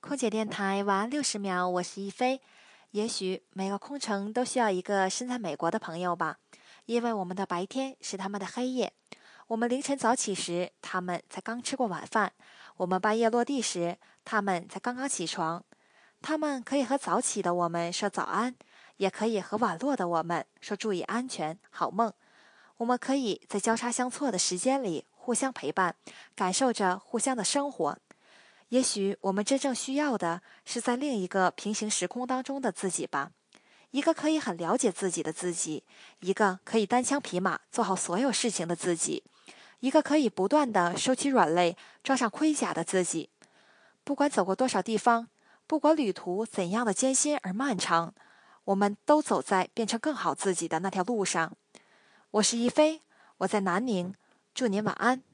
空姐电台晚安60秒，我是一菲。也许每个空乘都需要一个身在美国的朋友吧，因为我们的白天是他们的黑夜。我们凌晨早起时，他们才刚吃过晚饭；我们半夜落地时，他们才刚刚起床。他们可以和早起的我们说早安，也可以和晚落的我们说注意安全，好梦。我们可以在交叉相错的时间里互相陪伴，感受着互相的生活。也许我们真正需要的是在另一个平行时空当中的自己吧，一个可以很了解自己的自己，一个可以单枪匹马做好所有事情的自己，一个可以不断地收起软肋，装上盔甲的自己。不管走过多少地方，不管旅途怎样的艰辛而漫长，我们都走在变成更好自己的那条路上。我是一菲，我在南宁，祝您晚安。